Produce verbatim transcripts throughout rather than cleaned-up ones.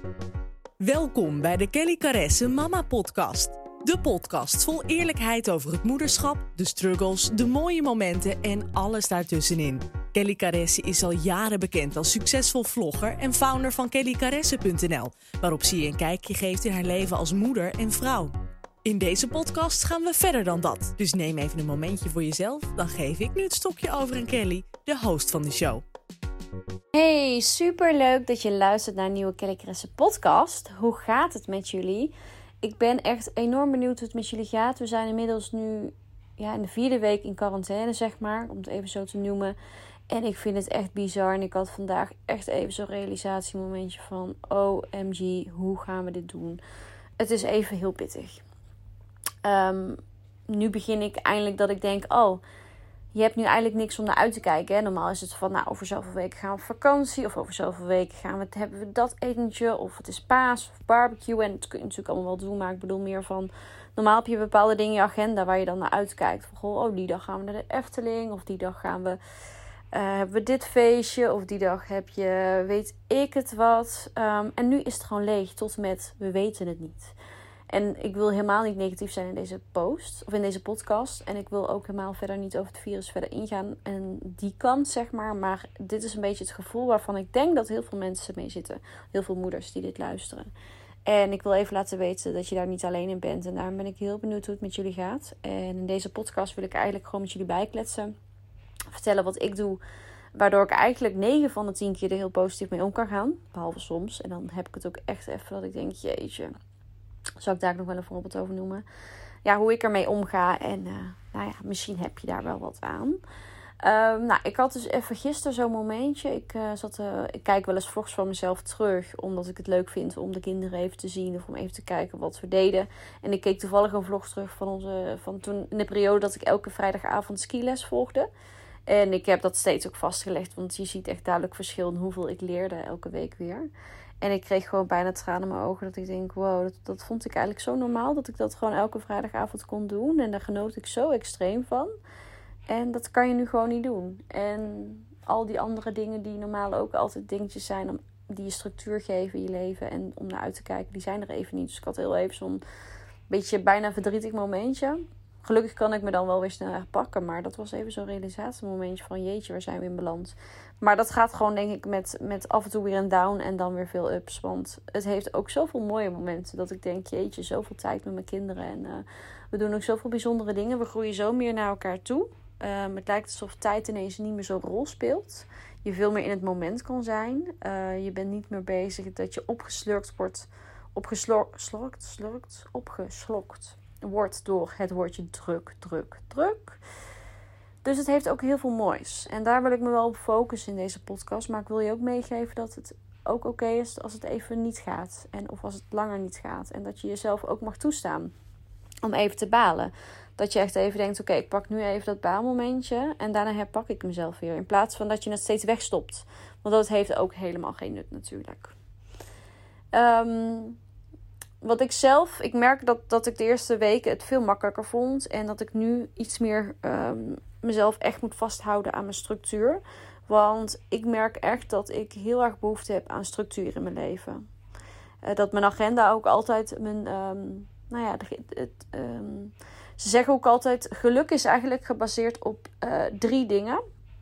Welkom bij de Kelly Caresse Mama Podcast. De podcast vol eerlijkheid over het moederschap, de struggles, de mooie momenten en alles daartussenin. Kelly Caresse is al jaren bekend als succesvol vlogger en founder van kelly caresse punt n l, waarop ze je een kijkje geeft in haar leven als moeder en vrouw. In deze podcast gaan we verder dan dat, dus neem even een momentje voor jezelf, dan geef ik nu het stokje over aan Kelly, de host van de show. Hey, superleuk dat je luistert naar een nieuwe Kelly Caresse podcast. Hoe gaat het met jullie? Ik ben echt enorm benieuwd hoe het met jullie gaat. We zijn inmiddels nu ja, in de vierde week in quarantaine, zeg maar, om het even zo te noemen. En ik vind het echt bizar. En ik had vandaag echt even zo'n realisatiemomentje van O M G, hoe gaan we dit doen? Het is even heel pittig. Um, nu begin ik eindelijk dat ik denk, oh, je hebt nu eigenlijk niks om naar uit te kijken. Hè? Normaal is het van, nou, over zoveel weken gaan we op vakantie. Of over zoveel weken gaan we, hebben we dat etentje. Of het is paas of barbecue. En dat kun je natuurlijk allemaal wel doen. Maar ik bedoel meer van, normaal heb je bepaalde dingen in je agenda waar je dan naar uitkijkt. Van, goh, oh, die dag gaan we naar de Efteling. Of die dag gaan we, uh, hebben we dit feestje. Of die dag heb je, weet ik het wat. Um, en nu is het gewoon leeg tot met, we weten het niet. En ik wil helemaal niet negatief zijn in deze post of in deze podcast. En ik wil ook helemaal verder niet over het virus verder ingaan. En die kant, zeg maar. Maar dit is een beetje het gevoel waarvan ik denk dat heel veel mensen mee zitten. Heel veel moeders die dit luisteren. En ik wil even laten weten dat je daar niet alleen in bent. En daarom ben ik heel benieuwd hoe het met jullie gaat. En in deze podcast wil ik eigenlijk gewoon met jullie bijkletsen. Vertellen wat ik doe. Waardoor ik eigenlijk negen van de tien keer er heel positief mee om kan gaan. Behalve soms. En dan heb ik het ook echt even dat ik denk, jeetje. Zal ik daar nog wel een voorbeeld over noemen. Ja, hoe ik ermee omga. En uh, nou ja, misschien heb je daar wel wat aan. Uh, nou, ik had dus even gisteren zo'n momentje. Ik, uh, zat, uh, ik kijk wel eens vlogs van mezelf terug. Omdat ik het leuk vind om de kinderen even te zien. Of om even te kijken wat we deden. En ik keek toevallig een vlog terug van, onze, van toen in de periode dat ik elke vrijdagavond skiles volgde. En ik heb dat steeds ook vastgelegd. Want je ziet echt duidelijk verschil in hoeveel ik leerde elke week weer. En ik kreeg gewoon bijna tranen in mijn ogen. Dat ik denk, wow, dat, dat vond ik eigenlijk zo normaal. Dat ik dat gewoon elke vrijdagavond kon doen. En daar genoot ik zo extreem van. En dat kan je nu gewoon niet doen. En al die andere dingen die normaal ook altijd dingetjes zijn. Om, die je structuur geven in je leven. En om naar uit te kijken. Die zijn er even niet. Dus ik had heel even zo'n beetje bijna verdrietig momentje. Gelukkig kan ik me dan wel weer snel herpakken. Maar dat was even zo'n realisatiemomentje van jeetje, waar zijn we in beland? Maar dat gaat gewoon denk ik met, met af en toe weer een down en dan weer veel ups. Want het heeft ook zoveel mooie momenten dat ik denk jeetje, zoveel tijd met mijn kinderen. En uh, we doen ook zoveel bijzondere dingen. We groeien zo meer naar elkaar toe. Um, het lijkt alsof tijd ineens niet meer zo'n rol speelt. Je veel meer in het moment kan zijn. Uh, je bent niet meer bezig dat je opgeslurkt wordt. Opgeslorkt, slorkt, slurkt, opgeslokt wordt door het woordje druk, druk, druk. Dus het heeft ook heel veel moois. En daar wil ik me wel op focussen in deze podcast. Maar ik wil je ook meegeven dat het ook oké is als het even niet gaat. En of als het langer niet gaat. En dat je jezelf ook mag toestaan om even te balen. Dat je echt even denkt, oké, okay, ik pak nu even dat baalmomentje. En daarna herpak ik mezelf weer. In plaats van dat je het steeds wegstopt. Want dat heeft ook helemaal geen nut natuurlijk. Um, Wat ik zelf, ik merk dat, dat ik de eerste weken het veel makkelijker vond. En dat ik nu iets meer um, mezelf echt moet vasthouden aan mijn structuur. Want ik merk echt dat ik heel erg behoefte heb aan structuur in mijn leven. Uh, dat mijn agenda ook altijd mijn, um, nou ja, het, het, um, ze zeggen ook altijd, geluk is eigenlijk gebaseerd op uh, drie dingen.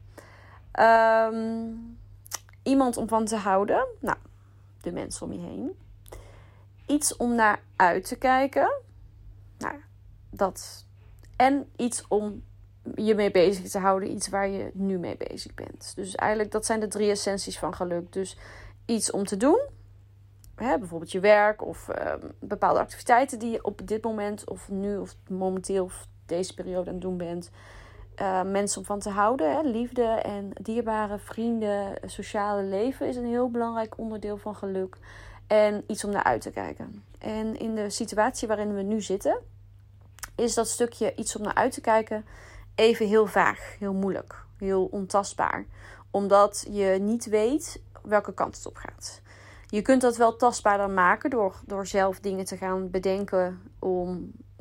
Um, iemand om van te houden. Nou, de mensen om je heen. Iets om naar uit te kijken. Nou, dat. En iets om je mee bezig te houden. Iets waar je nu mee bezig bent. Dus eigenlijk, dat zijn de drie essenties van geluk. Dus iets om te doen. Hè, bijvoorbeeld je werk. Of uh, bepaalde activiteiten die je op dit moment. Of nu of momenteel of deze periode aan het doen bent. Uh, mensen om van te houden. Hè, liefde en dierbare vrienden. Sociale leven is een heel belangrijk onderdeel van geluk. En iets om naar uit te kijken. En in de situatie waarin we nu zitten, is dat stukje iets om naar uit te kijken even heel vaag, heel moeilijk, heel ontastbaar. Omdat je niet weet welke kant het op gaat. Je kunt dat wel tastbaarder maken door, door zelf dingen te gaan bedenken om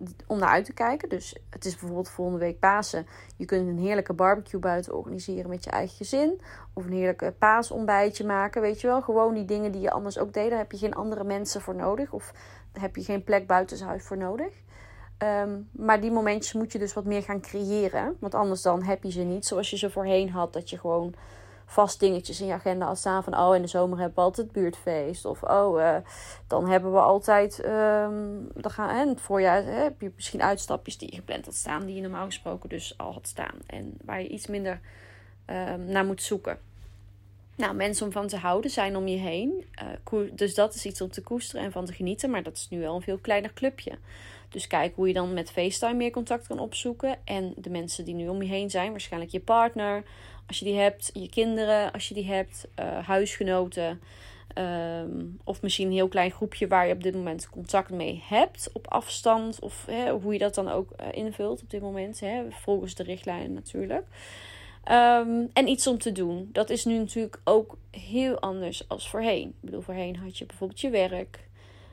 om naar uit te kijken. Dus het is bijvoorbeeld volgende week Pasen. Je kunt een heerlijke barbecue buiten organiseren met je eigen gezin. Of een heerlijke paasontbijtje maken. Weet je wel, gewoon die dingen die je anders ook deed. Daar heb je geen andere mensen voor nodig. Of daar heb je geen plek buitenshuis voor nodig. Um, maar die momentjes moet je dus wat meer gaan creëren. Want anders dan heb je ze niet zoals je ze voorheen had. Dat je gewoon vast dingetjes in je agenda had staan van... oh, in de zomer hebben we altijd buurtfeest. Of oh, uh, dan hebben we altijd... Um, dan gaan, hè, in het voorjaar hè, heb je misschien uitstapjes die je gepland had staan... die je normaal gesproken dus al had staan. En waar je iets minder um, naar moet zoeken. Nou, mensen om van te houden zijn om je heen. Uh, dus dat is iets om te koesteren en van te genieten. Maar dat is nu wel een veel kleiner clubje. Dus kijk hoe je dan met FaceTime meer contact kan opzoeken. En de mensen die nu om je heen zijn, waarschijnlijk je partner... als je die hebt, je kinderen, als je die hebt, uh, huisgenoten... Um, of misschien een heel klein groepje waar je op dit moment contact mee hebt op afstand. Of hè, hoe je dat dan ook uh, invult op dit moment, hè, volgens de richtlijnen natuurlijk. Um, en iets om te doen. Dat is nu natuurlijk ook heel anders als voorheen. Ik bedoel, voorheen had je bijvoorbeeld je werk.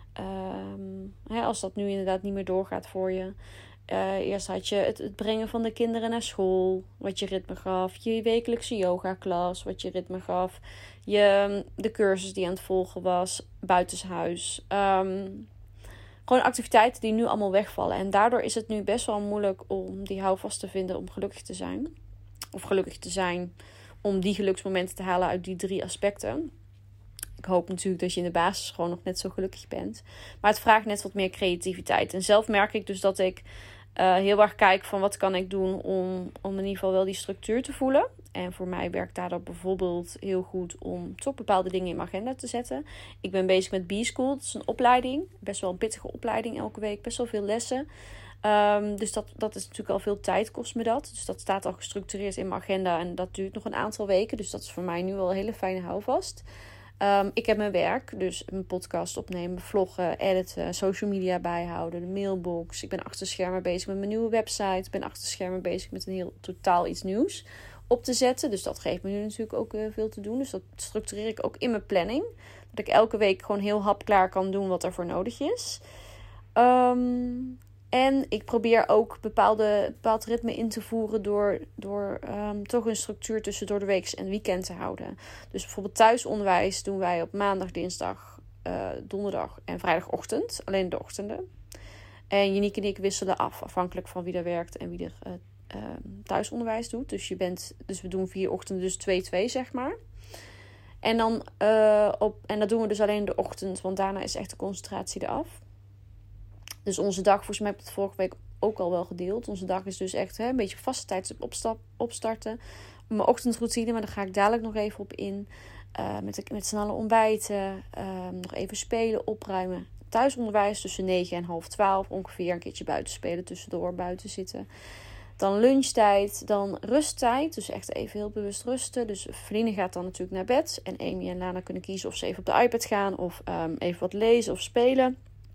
Um, hè, als dat nu inderdaad niet meer doorgaat voor je... Uh, eerst had je het, het brengen van de kinderen naar school, wat je ritme gaf. Je wekelijkse yoga-klas, wat je ritme gaf. Je, de cursus die aan het volgen was, buitenshuis. Um, gewoon activiteiten die nu allemaal wegvallen. En daardoor is het nu best wel moeilijk om die houvast te vinden om gelukkig te zijn. Of gelukkig te zijn om die geluksmomenten te halen uit die drie aspecten. Ik hoop natuurlijk dat je in de basis gewoon nog net zo gelukkig bent. Maar het vraagt net wat meer creativiteit. En zelf merk ik dus dat ik uh, heel erg kijk van wat kan ik doen om, om in ieder geval wel die structuur te voelen. En voor mij werkt daardoor bijvoorbeeld heel goed om toch bepaalde dingen in mijn agenda te zetten. Ik ben bezig met B-School. Dat is een opleiding. Best wel een pittige opleiding elke week. Best wel veel lessen. Um, dus dat, dat is natuurlijk al veel tijd, kost me dat. Dus dat staat al gestructureerd in mijn agenda. En dat duurt nog een aantal weken. Dus dat is voor mij nu wel een hele fijne houvast. Um, ik heb mijn werk, dus een podcast opnemen, vloggen, editen, social media bijhouden, de mailbox. Ik ben achter de schermen bezig met mijn nieuwe website. Ik ben achter de schermen bezig met een heel totaal iets nieuws op te zetten. Dus dat geeft me nu natuurlijk ook uh, veel te doen. Dus dat structureer ik ook in mijn planning. Dat ik elke week gewoon heel hapklaar kan doen wat er voor nodig is. Um, En ik probeer ook bepaalde, bepaald ritme in te voeren door, door um, toch een structuur tussen door de week en weekend te houden. Dus bijvoorbeeld thuisonderwijs doen wij op maandag, dinsdag, uh, donderdag en vrijdagochtend. Alleen de ochtenden. En Janiek en ik wisselen af, afhankelijk van wie er werkt en wie er uh, uh, thuisonderwijs doet. Dus, je bent, dus we doen vier ochtenden, dus twee twee zeg maar. En, dan, uh, op, en dat doen we dus alleen de ochtend, want daarna is echt de concentratie eraf. Dus onze dag, volgens mij heb ik het vorige week ook al wel gedeeld. Onze dag is dus echt hè, een beetje vaste tijd opstap, opstarten. Mijn ochtendroutine, maar daar ga ik dadelijk nog even op in. Uh, met, met z'n allen ontbijten. Uh, nog even spelen, opruimen. Thuisonderwijs tussen negen en half twaalf. Ongeveer een keertje buiten spelen, tussendoor buiten zitten. Dan lunchtijd, dan rusttijd. Dus echt even heel bewust rusten. Dus vriendin gaat dan natuurlijk naar bed. En Amy en Lana kunnen kiezen of ze even op de iPad gaan. Of um, even wat lezen of spelen.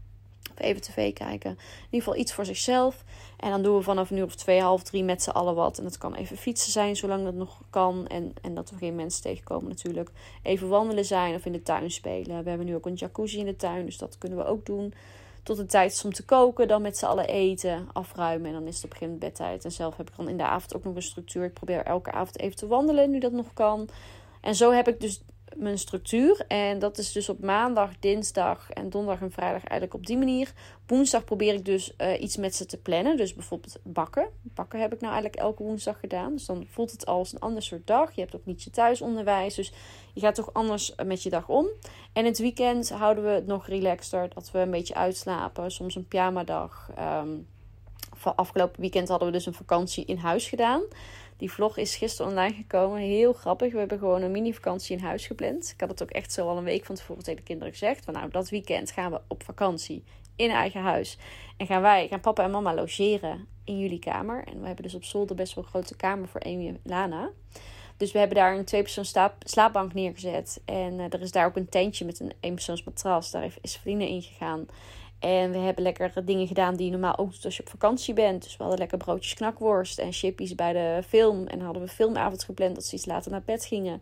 Of even tv kijken. In ieder geval iets voor zichzelf. En dan doen we vanaf een uur of twee, half drie met z'n allen wat. En dat kan even fietsen zijn, zolang dat nog kan. En, en dat we geen mensen tegenkomen natuurlijk. Even wandelen zijn of in de tuin spelen. We hebben nu ook een jacuzzi in de tuin, dus dat kunnen we ook doen. Tot de tijd is om te koken, dan met z'n allen eten, afruimen. En dan is het op een gegeven moment bedtijd. En zelf heb ik dan in de avond ook nog een structuur. Ik probeer elke avond even te wandelen, nu dat nog kan. En zo heb ik dus mijn structuur. En dat is dus op maandag, dinsdag en donderdag en vrijdag eigenlijk op die manier. Woensdag probeer ik dus uh, iets met ze te plannen. Dus bijvoorbeeld bakken. Bakken heb ik nou eigenlijk elke woensdag gedaan. Dus dan voelt het als een ander soort dag. Je hebt ook niet je thuisonderwijs. Dus je gaat toch anders met je dag om. En het weekend houden we het nog relaxter. Dat we een beetje uitslapen. Soms een pyjamadag. Um, van afgelopen weekend hadden we dus een vakantie in huis gedaan. Die vlog is gisteren online gekomen. Heel grappig. We hebben gewoon een mini-vakantie in huis gepland. Ik had het ook echt zo al een week van tevoren tegen de kinderen gezegd. Van nou, dat weekend gaan we op vakantie in eigen huis. En gaan wij, gaan papa en mama logeren in jullie kamer. En we hebben dus op zolder best wel een grote kamer voor Amy en Lana. Dus we hebben daar een tweepersoons slaap, slaapbank neergezet. En uh, er is daar ook een tentje met een eenpersoons matras. Daar is vrienden in gegaan. En we hebben lekker dingen gedaan die je normaal ook doet als je op vakantie bent. Dus we hadden lekker broodjes knakworst en chippies bij de film. En dan hadden we filmavond gepland dat ze iets later naar bed gingen.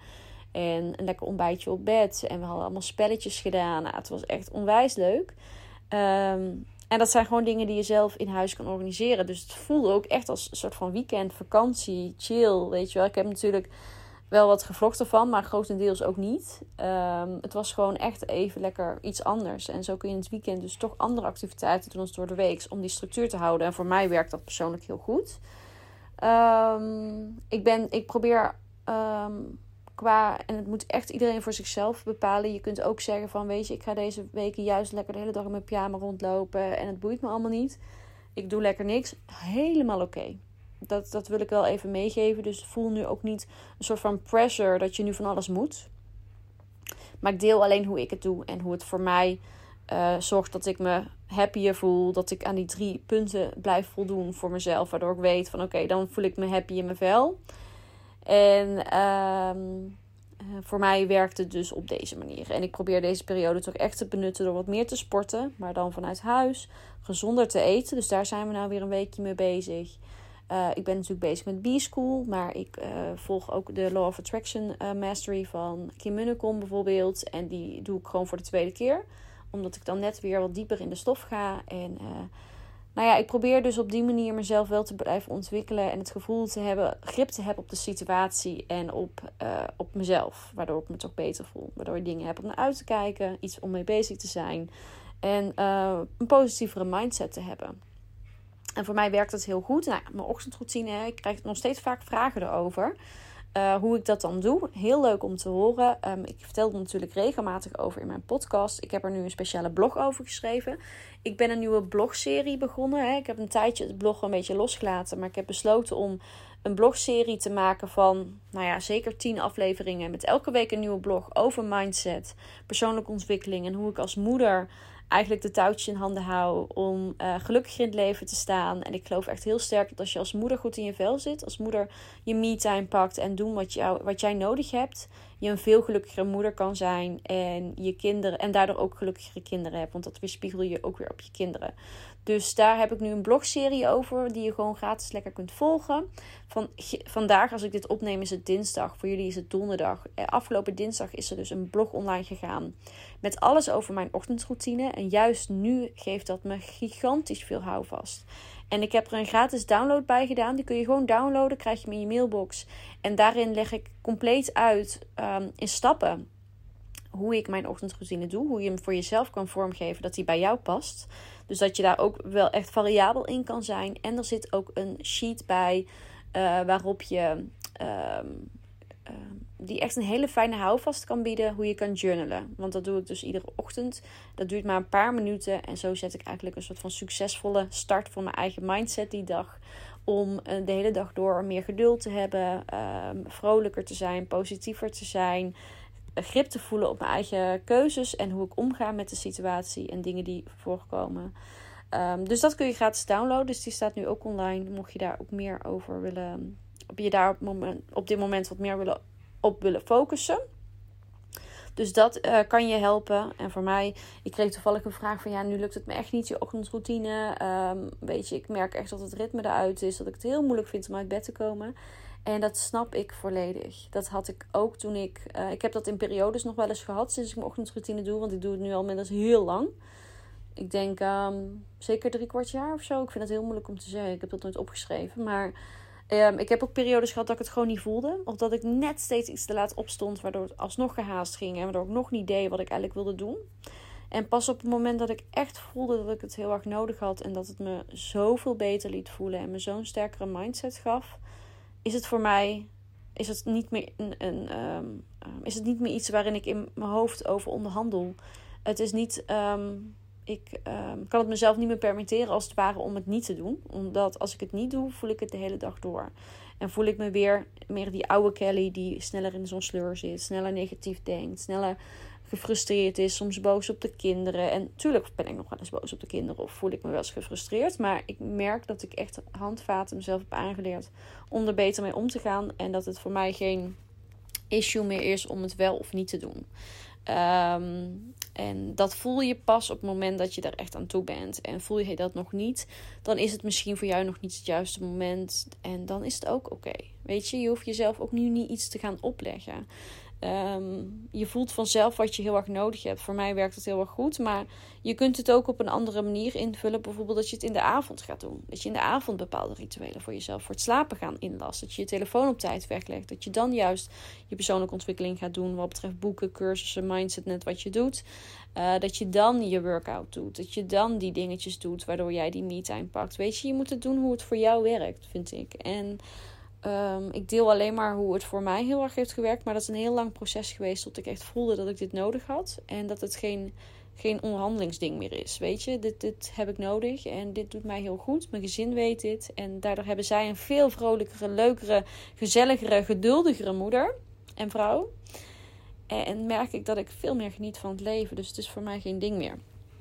En een lekker ontbijtje op bed. En we hadden allemaal spelletjes gedaan. Nou, het was echt onwijs leuk. Um, En dat zijn gewoon dingen die je zelf in huis kan organiseren. Dus het voelde ook echt als een soort van weekend, vakantie, chill, weet je wel. Ik heb natuurlijk wel wat gevlogd ervan, maar grotendeels ook niet. Um, het was gewoon echt even lekker iets anders. En zo kun je in het weekend dus toch andere activiteiten doen als door de week, om die structuur te houden. En voor mij werkt dat persoonlijk heel goed. Um, ik, ben, ik probeer um, qua, en het moet echt iedereen voor zichzelf bepalen. Je kunt ook zeggen van, weet je, ik ga deze weken juist lekker de hele dag in mijn pyjama rondlopen en het boeit me allemaal niet. Ik doe lekker niks. Helemaal oké. Okay. Dat, dat wil ik wel even meegeven. Dus voel nu ook niet een soort van pressure dat je nu van alles moet. Maar ik deel alleen hoe ik het doe. En hoe het voor mij uh, zorgt dat ik me happier voel. Dat ik aan die drie punten blijf voldoen voor mezelf. Waardoor ik weet van oké, okay, dan voel ik me happy in mijn vel. En uh, voor mij werkt het dus op deze manier. En ik probeer deze periode toch echt te benutten door wat meer te sporten. Maar dan vanuit huis. Gezonder te eten. Dus daar zijn we nou weer een weekje mee bezig. Uh, ik ben natuurlijk bezig met B-School, maar ik uh, volg ook de Law of Attraction uh, Mastery van Kim Munnekom bijvoorbeeld. En die doe ik gewoon voor de tweede keer, omdat ik dan net weer wat dieper in de stof ga. En uh, nou ja, ik probeer dus op die manier mezelf wel te blijven ontwikkelen en het gevoel te hebben, grip te hebben op de situatie en op, uh, op mezelf. Waardoor ik me toch beter voel, waardoor ik dingen heb om naar uit te kijken, iets om mee bezig te zijn en uh, een positievere mindset te hebben. En voor mij werkt het heel goed. Nou, mijn ochtendroutine, ik krijg nog steeds vaak vragen erover. Uh, hoe ik dat dan doe. Heel leuk om te horen. Um, ik vertel er natuurlijk regelmatig over in mijn podcast. Ik heb er nu een speciale blog over geschreven. Ik ben een nieuwe blogserie begonnen. Hè. Ik heb een tijdje het blog een beetje losgelaten. Maar ik heb besloten om een blogserie te maken van, nou ja, zeker tien afleveringen. Met elke week een nieuwe blog over mindset, persoonlijke ontwikkeling en hoe ik als moeder eigenlijk de touwtjes in handen hou om uh, gelukkiger in het leven te staan. En ik geloof echt heel sterk dat als je als moeder goed in je vel zit, als moeder je me-time pakt en doet wat, jou, wat jij nodig hebt, je een veel gelukkigere moeder kan zijn en je kinderen en daardoor ook gelukkigere kinderen hebt. Want dat weerspiegel je ook weer op je kinderen. Dus daar heb ik nu een blogserie over die je gewoon gratis lekker kunt volgen. Van, vandaag, als ik dit opneem, is het dinsdag. Voor jullie is het donderdag. Afgelopen dinsdag is er dus een blog online gegaan met alles over mijn ochtendroutine. En juist nu geeft dat me gigantisch veel houvast. En ik heb er een gratis download bij gedaan. Die kun je gewoon downloaden, krijg je hem in je mailbox. En daarin leg ik compleet uit um, in stappen hoe ik mijn ochtendroutine doe. Hoe je hem voor jezelf kan vormgeven dat die bij jou past. Dus dat je daar ook wel echt variabel in kan zijn. En er zit ook een sheet bij uh, waarop je uh, uh, die echt een hele fijne houvast kan bieden hoe je kan journalen. Want dat doe ik dus iedere ochtend. Dat duurt maar een paar minuten. En zo zet ik eigenlijk een soort van succesvolle start voor mijn eigen mindset die dag. Om uh, de hele dag door meer geduld te hebben. Uh, vrolijker te zijn, positiever te zijn. Grip te voelen op mijn eigen keuzes en hoe ik omga met de situatie en dingen die voorkomen. Um, dus dat kun je gratis downloaden. Dus die staat nu ook online. Mocht je daar ook meer over willen, op je daar op, moment, op dit moment wat meer willen, op willen focussen. Dus dat uh, kan je helpen. En voor mij, ik kreeg toevallig een vraag van ja, nu lukt het me echt niet, je ochtendroutine. Um, weet je, ik merk echt dat het ritme eruit is, dat ik het heel moeilijk vind om uit bed te komen. En dat snap ik volledig. Dat had ik ook toen ik... Uh, ik heb dat in periodes nog wel eens gehad sinds ik mijn ochtendroutine doe. Want ik doe het nu al inmiddels heel lang. Ik denk um, zeker drie kwart jaar of zo. Ik vind het heel moeilijk om te zeggen. Ik heb dat nooit opgeschreven. Maar um, ik heb ook periodes gehad dat ik het gewoon niet voelde. Of dat ik net steeds iets te laat opstond. Waardoor het alsnog gehaast ging. En waardoor ik nog niet deed wat ik eigenlijk wilde doen. En pas op het moment dat ik echt voelde dat ik het heel erg nodig had. En dat het me zoveel beter liet voelen. En me zo'n sterkere mindset gaf. Is het voor mij, is het niet meer een, een um, is het niet meer iets waarin ik in mijn hoofd over onderhandel. Het is niet, um, ik um, kan het mezelf niet meer permitteren als het ware om het niet te doen. Omdat als ik het niet doe, voel ik het de hele dag door. En voel ik me weer meer die oude Kelly die sneller in zo'n sleur zit, sneller negatief denkt, sneller gefrustreerd is, soms boos op de kinderen. En natuurlijk ben ik nog wel eens boos op de kinderen of voel ik me wel eens gefrustreerd. Maar ik merk dat ik echt handvaten mezelf heb aangeleerd om er beter mee om te gaan. En dat het voor mij geen issue meer is om het wel of niet te doen. Um, en dat voel je pas op het moment dat je er echt aan toe bent. En voel je dat nog niet, dan is het misschien voor jou nog niet het juiste moment. En dan is het ook oké. Okay. Weet je, je hoeft jezelf ook nu niet iets te gaan opleggen. Um, je voelt vanzelf wat je heel erg nodig hebt. Voor mij werkt het heel erg goed. Maar je kunt het ook op een andere manier invullen. Bijvoorbeeld dat je het in de avond gaat doen. Dat je in de avond bepaalde rituelen voor jezelf voor het slapen gaan inlast. Dat je je telefoon op tijd weglegt. Dat je dan juist je persoonlijke ontwikkeling gaat doen. Wat betreft boeken, cursussen, mindset, net wat je doet. Uh, dat je dan je workout doet. Dat je dan die dingetjes doet waardoor jij die me-time pakt. Weet je, je moet het doen hoe het voor jou werkt, vind ik. En um, ik deel alleen maar hoe het voor mij heel erg heeft gewerkt. Maar dat is een heel lang proces geweest tot ik echt voelde dat ik dit nodig had. En dat het geen, geen onderhandelingsding meer is. Weet je, dit, dit heb ik nodig en dit doet mij heel goed. Mijn gezin weet dit. En daardoor hebben zij een veel vrolijkere, leukere, gezelligere, geduldigere moeder en vrouw. En merk ik dat ik veel meer geniet van het leven. Dus het is voor mij geen ding meer.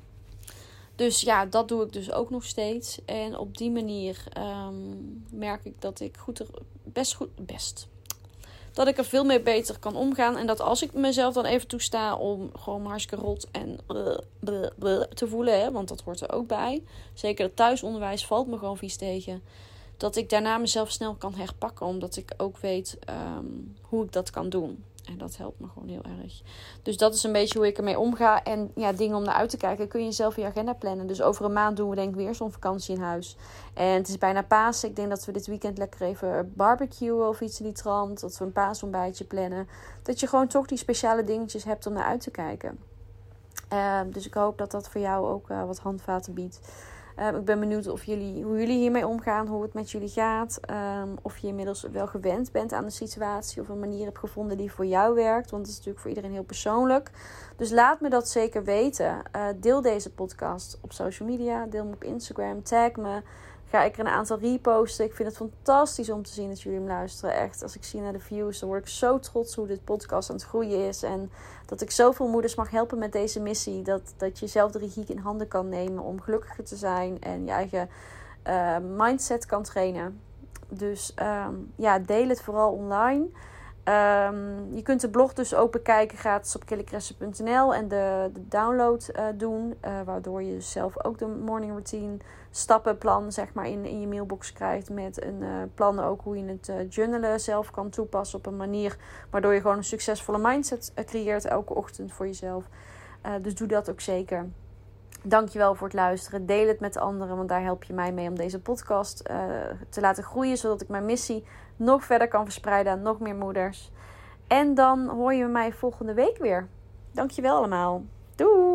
Dus ja, dat doe ik dus ook nog steeds. En op die manier um, merk ik dat ik goed er, best goed... Best. Dat ik er veel meer beter kan omgaan. En dat als ik mezelf dan even toesta om gewoon hartstikke rot en bleh, bleh, bleh te voelen. Hè, want dat hoort er ook bij. Zeker het thuisonderwijs valt me gewoon vies tegen. Dat ik daarna mezelf snel kan herpakken. Omdat ik ook weet um, hoe ik dat kan doen. En dat helpt me gewoon heel erg. Dus dat is een beetje hoe ik ermee omga. En ja, dingen om naar uit te kijken kun je zelf in je agenda plannen. Dus over een maand doen we denk ik weer zo'n vakantie in huis. En het is bijna Pasen. Ik denk dat we dit weekend lekker even barbecuen of iets in die trant. Dat we een paasontbijtje plannen. Dat je gewoon toch die speciale dingetjes hebt om naar uit te kijken. Uh, dus ik hoop dat dat voor jou ook uh, wat handvaten biedt. Um, ik ben benieuwd of jullie, hoe jullie hiermee omgaan, hoe het met jullie gaat. Um, of je inmiddels wel gewend bent aan de situatie of een manier hebt gevonden die voor jou werkt. Want het is natuurlijk voor iedereen heel persoonlijk. Dus laat me dat zeker weten. Uh, deel deze podcast op social media. Deel me op Instagram. Tag me. Ga ik er een aantal reposten. Ik vind het fantastisch om te zien dat jullie hem luisteren. Echt, als ik zie naar de views, dan word ik zo trots hoe dit podcast aan het groeien is. En dat ik zoveel moeders mag helpen met deze missie. Dat, dat je zelf de regie in handen kan nemen om gelukkiger te zijn. En je eigen uh, mindset kan trainen. Dus um, ja, deel het vooral online. Um, je kunt de blog dus ook bekijken gratis op kelly kresse punt n l en de, de download uh, doen. Uh, waardoor je dus zelf ook de morning routine stappenplan zeg maar in, in je mailbox krijgt. Met een uh, plan ook hoe je het uh, journalen zelf kan toepassen op een manier waardoor je gewoon een succesvolle mindset uh, creëert elke ochtend voor jezelf. Uh, dus doe dat ook zeker. Dankjewel voor het luisteren. Deel het met anderen, want daar help je mij mee om deze podcast uh, te laten groeien. Zodat ik mijn missie nog verder kan verspreiden aan nog meer moeders. En dan hoor je mij volgende week weer. Dankjewel allemaal. Doei!